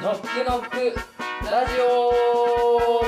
ノックノックラジオ。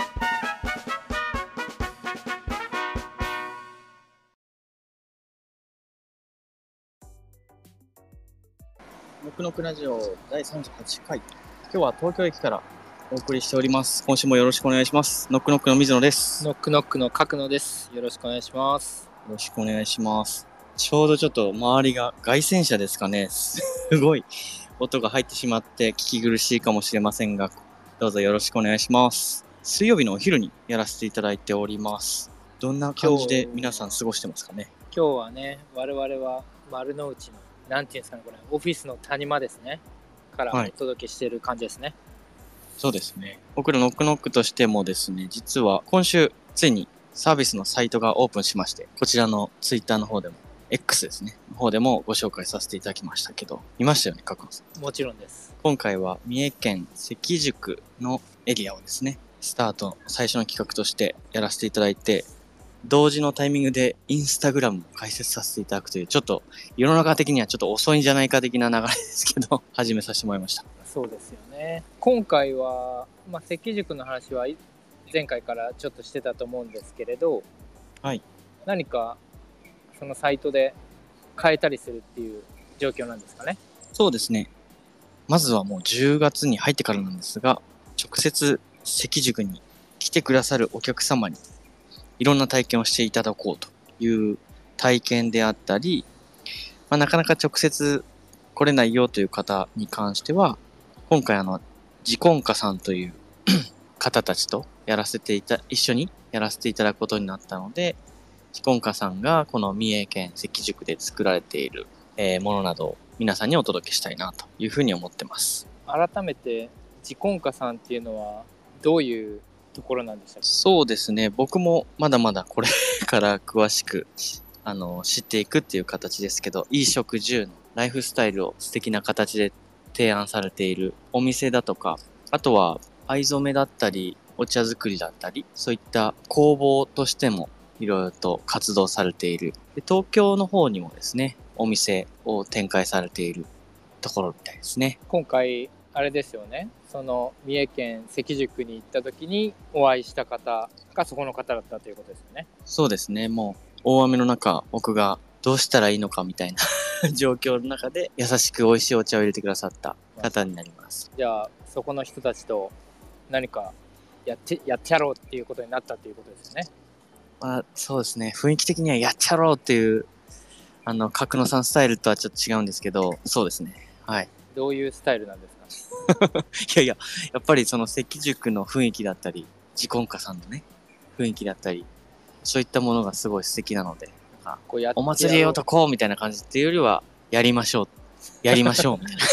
ノックノックラジオ第38回。今日は東京駅からお送りしております。今週もよろしくお願いします。ノックノックの水野です。 ノックノックの角野です。よろしくお願いします。 よろしくお願いします。ちょうどちょっと周りが街宣車ですかね。すごい音が入ってしまって聞き苦しいかもしれませんが、どうぞよろしくお願いします。水曜日のお昼にやらせていただいております。どんな感じで皆さん過ごしてますかね。 今日はね、我々は丸の内のなんていうんですかね、これオフィスの谷間ですねからお届けしている感じですね。 そうですね。僕らノックノックとしてもですね、実は今週ついにサービスのサイトがオープンしまして、こちらのツイッターの方でも X ですねの方でもご紹介させていただきましたけど、見ましたよね、角野さん。 もちろんです。 今回は三重県関宿のエリアをですね、スタート最初の企画としてやらせていただいて、同時のタイミングでインスタグラムを開設させていただくという、ちょっと世の中的にはちょっと遅いんじゃないか的な流れですけど始めさせてもらいました。 そうですよね。今回は、関宿の話は前回からちょっとしてたと思うんですけれど、 はい。 何かそのサイトで変えたりするっていう状況なんですかね。 そうですね。まずはもう10月に入ってからなんですが、直接関宿に来てくださるお客様にいろんな体験をしていただこうという体験であったり、なかなか直接来れないよという方に関しては、今回ジコンカさんという方たちと一緒にやらせていただくことになったので、ジコンカさんがこの三重県関宿で作られているものなどを皆さんにお届けしたいなというふうに思ってます。 改めてジコンカさんっていうのはどういうところなんでしたっけ？ そうですね。僕もまだまだこれから詳しく知っていくっていう形ですけど、衣食住のライフスタイルを素敵な形で提案されているお店だとか、あとは藍染めだったり、お茶作りだったり、そういった工房としてもいろいろと活動されている。で、東京の方にもですね、お店を展開されているところみたいですね。 今回あれですよね、その三重県関宿に行った時にお会いした方がそこの方だったということですよね。 そうですね。もう大雨の中、僕がどうしたらいいのかみたいな状況の中で優しく美味しいお茶を入れてくださった方になります。 じゃあそこの人たちと何かやってやろうっていうことになったということですよね。 そうですね。雰囲気的にはやっちゃろうっていう、角野さんスタイルとはちょっと違うんですけど、そうですね。はい。 どういうスタイルなんですか？ やっぱりその関宿の雰囲気だったり、ジコンカさんのね、雰囲気だったり、そういったものがすごい素敵なので、 こうやってお祭り男みたいな感じっていうよりは、やりましょうみたいな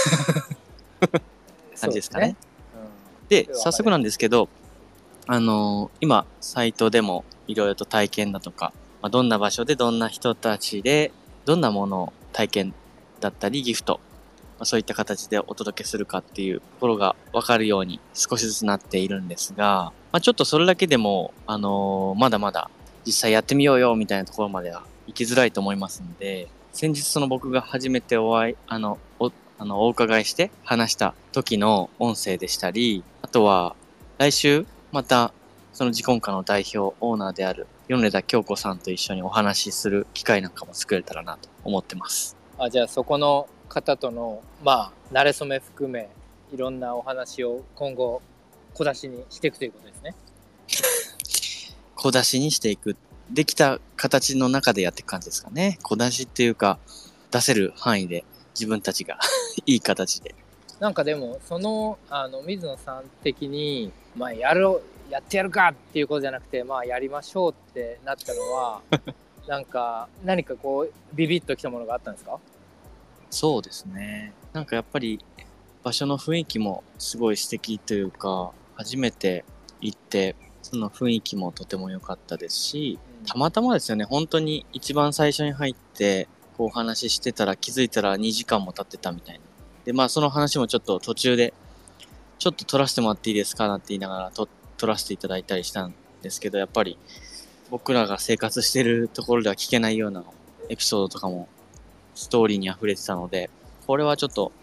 感じですかね。で、早速なんですけど、今、サイトでもいろいろと体験だとか、どんな場所でどんな人たちで、どんなものを体験だったりギフト、そういった形でお届けするかっていうところが分かるように少しずつなっているんですが、ちょっとそれだけでも、まだまだ実際やってみようよみたいなところまでは行きづらいと思いますので、先日その僕が初めてお伺いして話した時の音声でしたり、あとは来週またそのジコンカの代表オーナーである米田京子さんと一緒にお話しする機会なんかも作れたらなと思ってます。 じゃあそこの方との馴れ初め含めいろんなお話を今後小出しにしていくということですね。 小出しにしていく、できた形の中でやっていく感じですかね。小出しっていうか出せる範囲で自分たちがいい形で。 なんかでもその水野さん的にやってやるかっていうことじゃなくてやりましょうってなったのは何かこうビビッときたものがあったんですか？ そうですね。なんかやっぱり場所の雰囲気もすごい素敵というか、初めて行ってその雰囲気もとても良かったですし、たまたまですよね。本当に一番最初に入ってこうお話ししてたら気づいたら2時間も経ってたみたいな。でその話もちょっと途中でちょっと撮らせてもらっていいですかなんて言いながら撮らせていただいたりしたんですけど、やっぱり僕らが生活してるところでは聞けないようなエピソードとかもストーリーに溢れてたので、これはちょっと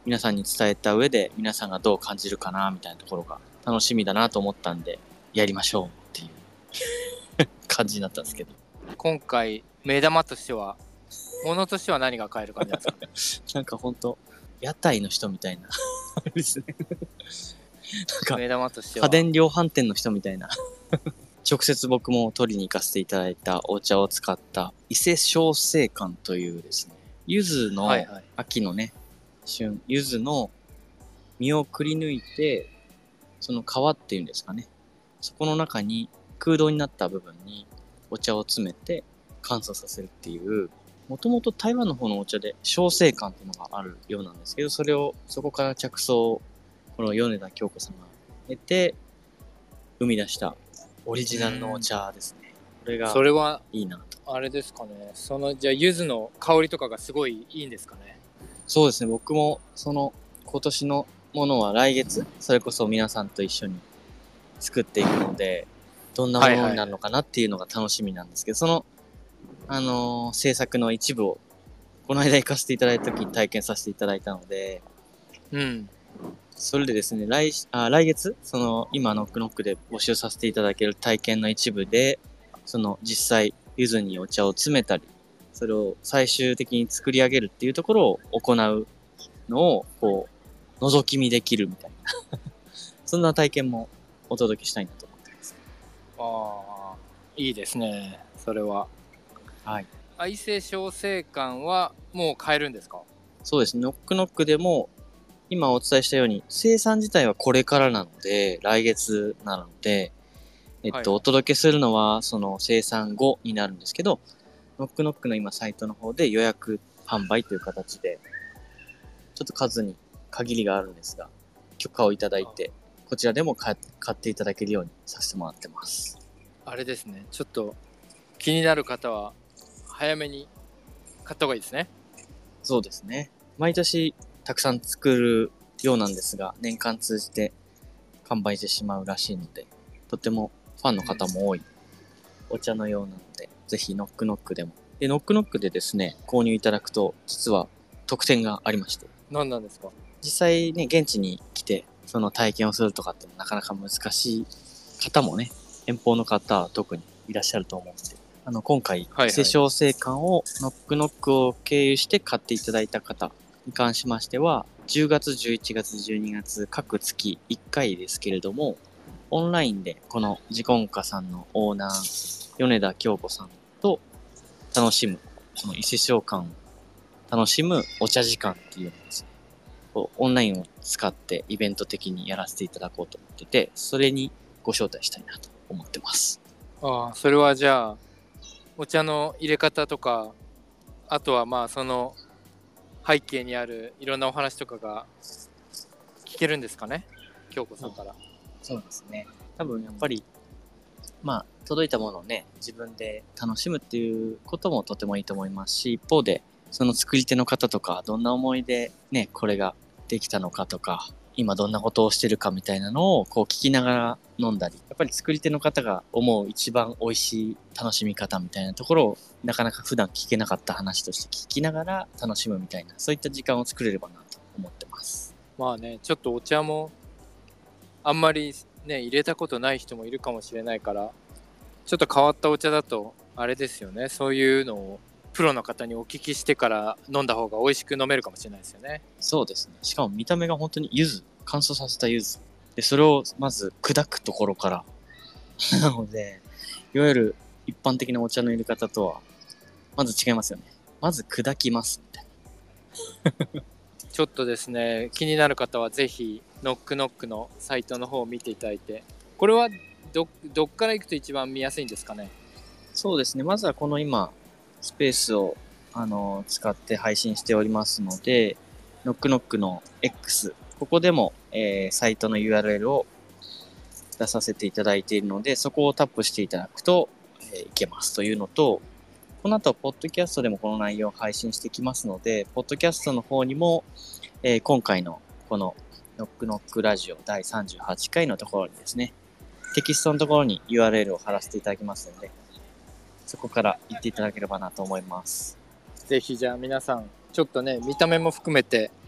皆さんに伝えた上で皆さんがどう感じるかなみたいなところが楽しみだなと思ったんで、やりましょうっていう感じになったんですけど。 今回目玉としては、ものとしては何が買える感じなんですかね。 なんかほんと屋台の人みたいなあれですね。なんか目玉としては家電量販店の人みたいな直接僕も取りに行かせていただいたお茶を使った伊勢小生館というですね、柚子のはいはい秋のね、旬、柚子の実をくり抜いて、その皮っていうんですかね、そこの中に空洞になった部分にお茶を詰めて乾燥させるっていう、もともと台湾の方のお茶で小生館っていうのがあるようなんですけど、そこから着想をこの米田京子さんが得て生み出したオリジナルのお茶ですね。これがそれはいいなと。 あれですかね。じゃあ柚子の香りとかがすごいいいんですかね。 そうですね。僕も今年のものは来月、それこそ皆さんと一緒に作っていくので、どんなものになるのかなっていうのが楽しみなんですけど、制作の一部をこの間行かせていただいた時に体験させていただいたので、 うん。 それでですね、来月、今ノックノックで募集させていただける体験の一部で、実際、柚子にお茶を詰めたり、それを最終的に作り上げるっていうところを行うのを、覗き見できるみたいな。そんな体験もお届けしたいなと思ってます。 ああ、いいですね。それは。 はい。 伊勢小生館はもう買えるんですか？ そうですね。ノックノックでも、今お伝えしたように、生産自体はこれからなので、来月なので、お届けするのは、生産後になるんですけど、ノックノックの今サイトの方で予約販売という形で、ちょっと数に限りがあるんですが、許可をいただいて、こちらでも買っていただけるようにさせてもらってます。 あれですね。ちょっと気になる方は早めに買った方がいいですね。 そうですね。毎年たくさん作るようなんですが、年間通じて完売してしまうらしいので、とてもファンの方も多いお茶のようなので、ぜひノックノックでも。で、ノックノックでですね、購入いただくと、実は特典がありまして。 何なんですか？ 実際ね、現地に来て、その体験をするとかってなかなか難しい方もね、遠方の方は特にいらっしゃると思うので、今回、伊勢小生館をノックノックを経由して買っていただいた方に関しましては、10月、11月、12月、各月1回ですけれども、オンラインでこのジコンカさんのオーナー、米田京子さんと楽しむ、この伊勢小館を楽しむお茶時間っていうのをですね、オンラインを使ってイベント的にやらせていただこうと思ってて、それにご招待したいなと思ってます。 ああ、それはじゃあ、お茶の入れ方とか、あとはまあその背景にあるいろんなお話とかが聞けるんですかね、京子さんから。 そうですね。多分やっぱり、届いたものをね、自分で楽しむっていうこともとてもいいと思いますし、一方で、その作り手の方とか、どんな思いでね、これができたのかとか、今どんなことをしてるかみたいなのを聞きながら飲んだり、やっぱり作り手の方が思う一番美味しい楽しみ方みたいなところを、なかなか普段聞けなかった話として聞きながら楽しむみたいな、そういった時間を作れればなと思ってます。 まあね、ちょっとお茶もあんまりね、入れたことない人もいるかもしれないから、ちょっと変わったお茶だと、あれですよね、そういうのをプロの方にお聞きしてから飲んだ方が美味しく飲めるかもしれないですよね。 そうですね。しかも見た目が本当に乾燥させた柚子。で、それをまず砕くところから。なので、いわゆる一般的なお茶の入れ方とは、まず違いますよね。まず砕きますみたいな。 ちょっとですね、気になる方はぜひノックノックのサイトの方を見ていただいて、これはどっから行くと一番見やすいんですかね？ そうですね。まずはこの今、スペースを、使って配信しておりますので、ノックノックの X、ここでも、サイトの URL を出させていただいているので、そこをタップしていただくと、いけますというのと、この後、ポッドキャストでもこの内容を配信してきますので、ポッドキャストの方にも、今回のこのノックノックラジオ第38回のところにですね、テキストのところに URL を貼らせていただきますので、そこから行っていただければなと思います。 ぜひじゃあ皆さん、ちょっとね、見た目も含めて、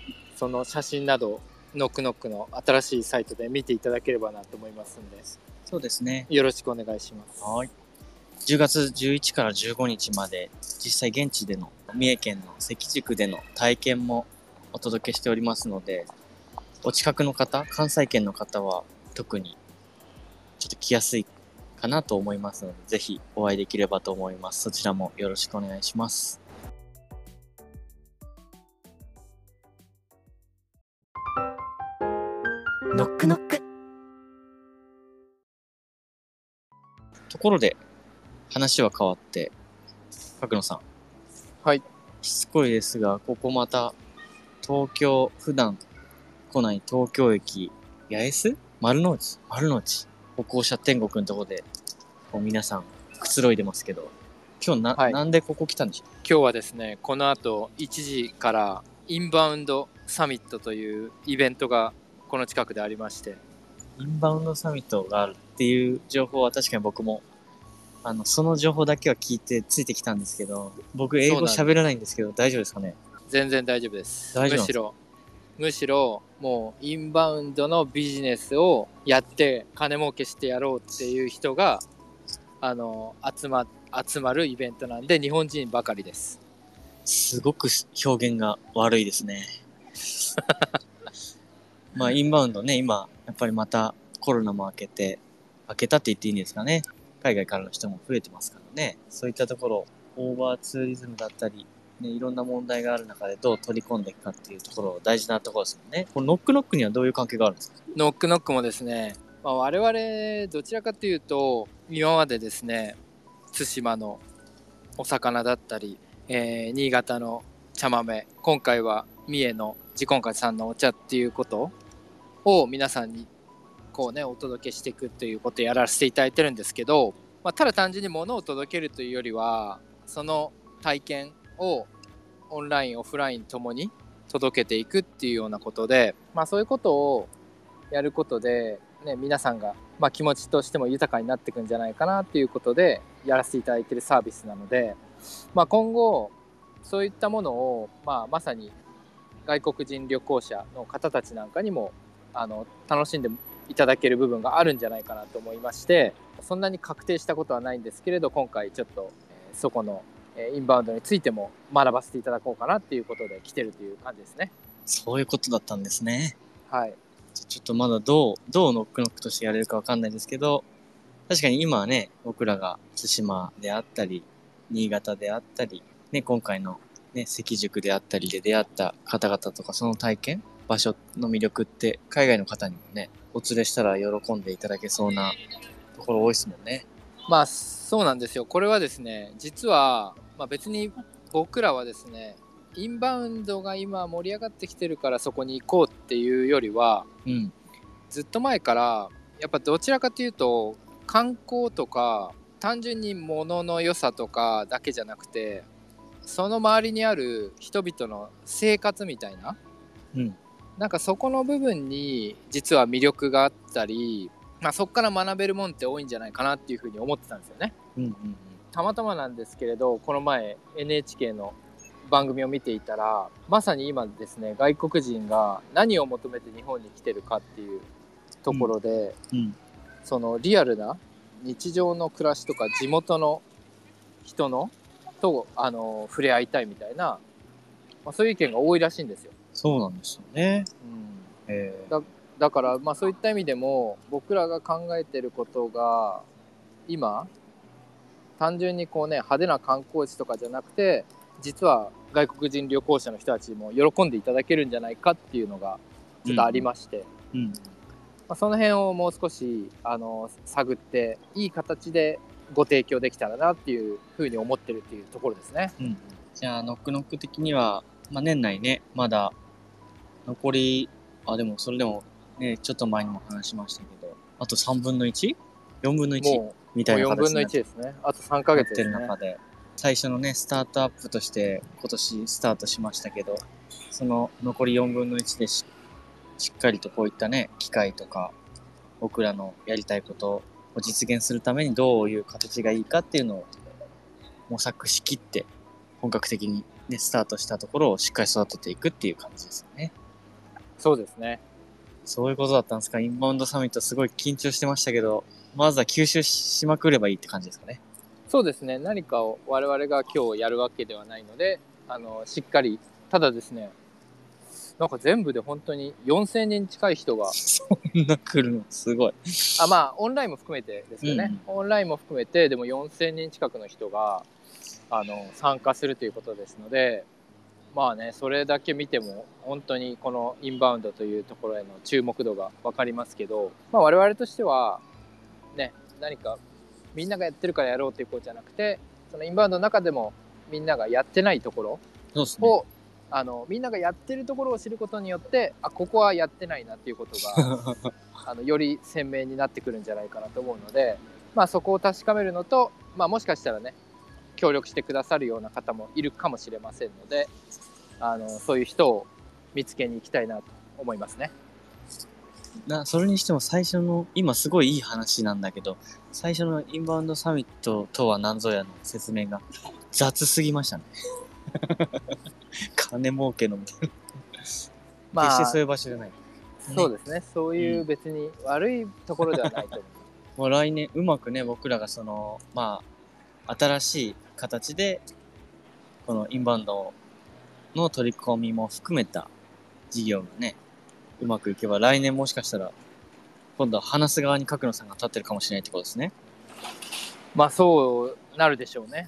その写真などノックノックの新しいサイトで見ていただければなと思いますので、 そうですね。 よろしくお願いします。 はい。10月11から15日まで実際現地での三重県の関宿での体験もお届けしておりますので、お近くの方、関西圏の方は特にちょっと来やすいかなと思いますので、ぜひお会いできればと思います。そちらもよろしくお願いします。 ノックノック。 ところで、話は変わって、角野さん。 はい。 しつこいですが、ここまた、東京、普段来ない東京駅、八重洲丸の内歩行者天国のとこで、こう皆さん、くつろいでますけど、今日はいなんでここ来たんでしょう？ 今日はですね、この後1時からインバウンドサミットというイベントがこの近くでありまして、 インバウンドサミットがあるっていう情報は確かに僕も、その情報だけは聞いてついてきたんですけど、僕英語喋らないんですけど、大丈夫ですかね？ 全然大丈夫です。 大丈夫なんですか？ むしろもうインバウンドのビジネスをやって金儲けしてやろうっていう人が集まるイベントなんで、日本人ばかりです。 すごく表現が悪いですね。まあインバウンドね、今やっぱりまたコロナも明けたって言っていいんですかね。海外からの人も増えてますからね。そういったところ、オーバーツーリズムだったり、ね、いろんな問題がある中でどう取り込んでいくかっていうところ、大事なところですよね。このノックノックにはどういう関係があるんですか？ ノックノックもですね、我々どちらかというと今までですね、対馬のお魚だったり、新潟の茶豆、今回は三重の自今回さんのお茶っていうことを皆さんにこうねお届けしていくということをやらせていただいてるんですけど、ただ単純に物を届けるというよりは、その体験をオンラインオフラインともに届けていくっていうようなことで、そういうことをやることで、ね、皆さんが、気持ちとしても豊かになっていくんじゃないかなっていうことでやらせていただいているサービスなので、今後そういったものを、まさに外国人旅行者の方たちなんかにも楽しんでいただける部分があるんじゃないかなと思いまして、そんなに確定したことはないんですけれど、今回ちょっとそこのインバウンドについても学ばせていただこうかなっていうことで来てるという感じですね。 そういうことだったんですね。 はい。 ちょっとまだどうノックノックとしてやれるかわかんないですけど、確かに今はね、僕らが対馬であったり、新潟であったり、ね、今回のね、関宿であったりで出会った方々とか、その体験、場所の魅力って海外の方にもね、お連れしたら喜んでいただけそうなところ多いですもんね。 そうなんですよ。これはですね、実は、別に僕らはですね、インバウンドが今盛り上がってきてるからそこに行こうっていうよりは、ずっと前からやっぱどちらかというと観光とか単純に物の良さとかだけじゃなくて、その周りにある人々の生活みたいな、なんかそこの部分に実は魅力があったり、そこから学べるもんって多いんじゃないかなっていうふうに思ってたんですよね。たまたまなんですけれど、この前 NHK の番組を見ていたら、まさに今ですね、外国人が何を求めて日本に来てるかっていうところで、そのリアルな日常の暮らしとか地元の人のと触れ合いたいみたいな、そういう意見が多いらしいんですよ。 そうなんですよね。 だからそういった意味でも僕らが考えてることが今単純にこうね派手な観光地とかじゃなくて、実は外国人旅行者の人たちも喜んでいただけるんじゃないかっていうのがちょっとありまして、その辺をもう少し探っていい形でご提供できたらなっていうふうに思ってるっていうところですね。 じゃあノックノック的には、年内ね、まだ残りでもそれでもね、ちょっと前にも話しましたけど、あと3分の 1?4 分の1みたいな形になって、 4分の1ですね。あと3ヶ月ですね。 る中で、最初のね、スタートアップとして今年スタートしましたけど、その残り4分の1でしっかりとこういったね、機会とか、僕らのやりたいことを実現するためにどういう形がいいかっていうのを模索しきって、本格的にね、スタートしたところをしっかり育てていくっていう感じですよね。 そうですね。 そういうことだったんですか。インバウンドサミットすごい緊張してましたけど、まずは吸収しまくればいいって感じですかね。 そうですね。何かを我々が今日やるわけではないので、しっかり、ただですね、なんか全部で本当に4000人近い人が、 そんな来るのすごい。 まあオンラインも含めてですよね、オンラインも含めてでも4000人近くの人が参加するということですので、まあね、それだけ見ても本当にこのインバウンドというところへの注目度が分かりますけど、まあ、我々としてはね、何かみんながやってるからやろうということじゃなくて、そのインバウンドの中でもみんながやってないところそうですね。 を、みんながやってるところを知ることによって、ここはやってないなっていうことがより鮮明になってくるんじゃないかなと思うので、まあ、そこを確かめるのと、まあ、もしかしたらね協力してくださるような方もいるかもしれませんので、そういう人を見つけに行きたいなと思いますね。 それにしても最初の、今すごいいい話なんだけど、最初のインバウンドサミットとは何ぞやの説明が雑すぎましたね。金儲けのみたいな。 まあ、 決してそういう場所じゃない。 そうですね。そういう別に悪いところではないと思います。 もう来年、うまくね、僕らがまあ、新しい形で、このインバウンドの取り込みも含めた事業がね、うまくいけば、来年もしかしたら、今度は話す側に角野さんが立ってるかもしれないってことですね。 まあ、そうなるでしょうね。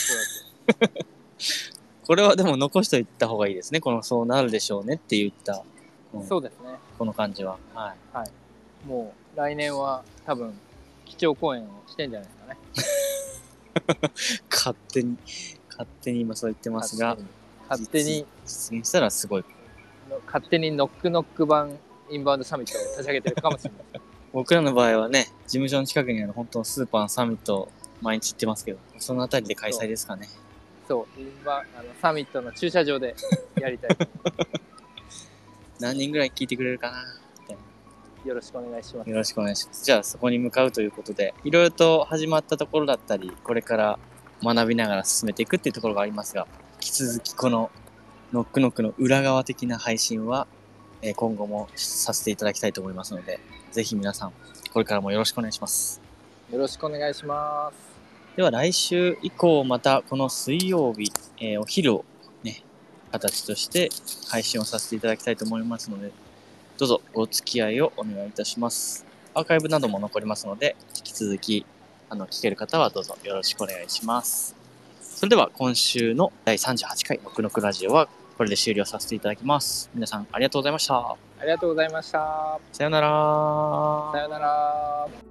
これはでも残しておいた方がいいですね。このそうなるでしょうねって言った、 そうですね。 この感じは。はい。 はい。もう来年は多分基調講演をしてんじゃないですかね。 勝手に今そう言ってますが、 勝手に実現したらすごい。 勝手にノックノック版インバウンドサミットを立ち上げてるかもしれない。 僕らの場合はね、事務所の近くにある本当スーパーのサミット毎日行ってますけど、そのあたりで開催ですかね。 そう、サミットの駐車場でやりたい。 何人ぐらい聞いてくれるかな。 よろしくお願いします。 よろしくお願いします。じゃあそこに向かうということで、いろいろと始まったところだったり、これから学びながら進めていくっていうところがありますが、引き続きこのノックノックの裏側的な配信は、今後もさせていただきたいと思いますので、ぜひ皆さん、これからもよろしくお願いします。 よろしくお願いします。 では来週以降またこの水曜日、お昼をね、形として配信をさせていただきたいと思いますので、どうぞお付き合いをお願いいたします。アーカイブなども残りますので、引き続き聞ける方はどうぞよろしくお願いします。それでは今週の第38回ノクノクラジオはこれで終了させていただきます。皆さんありがとうございました。 ありがとうございました。 さよなら。 さよなら。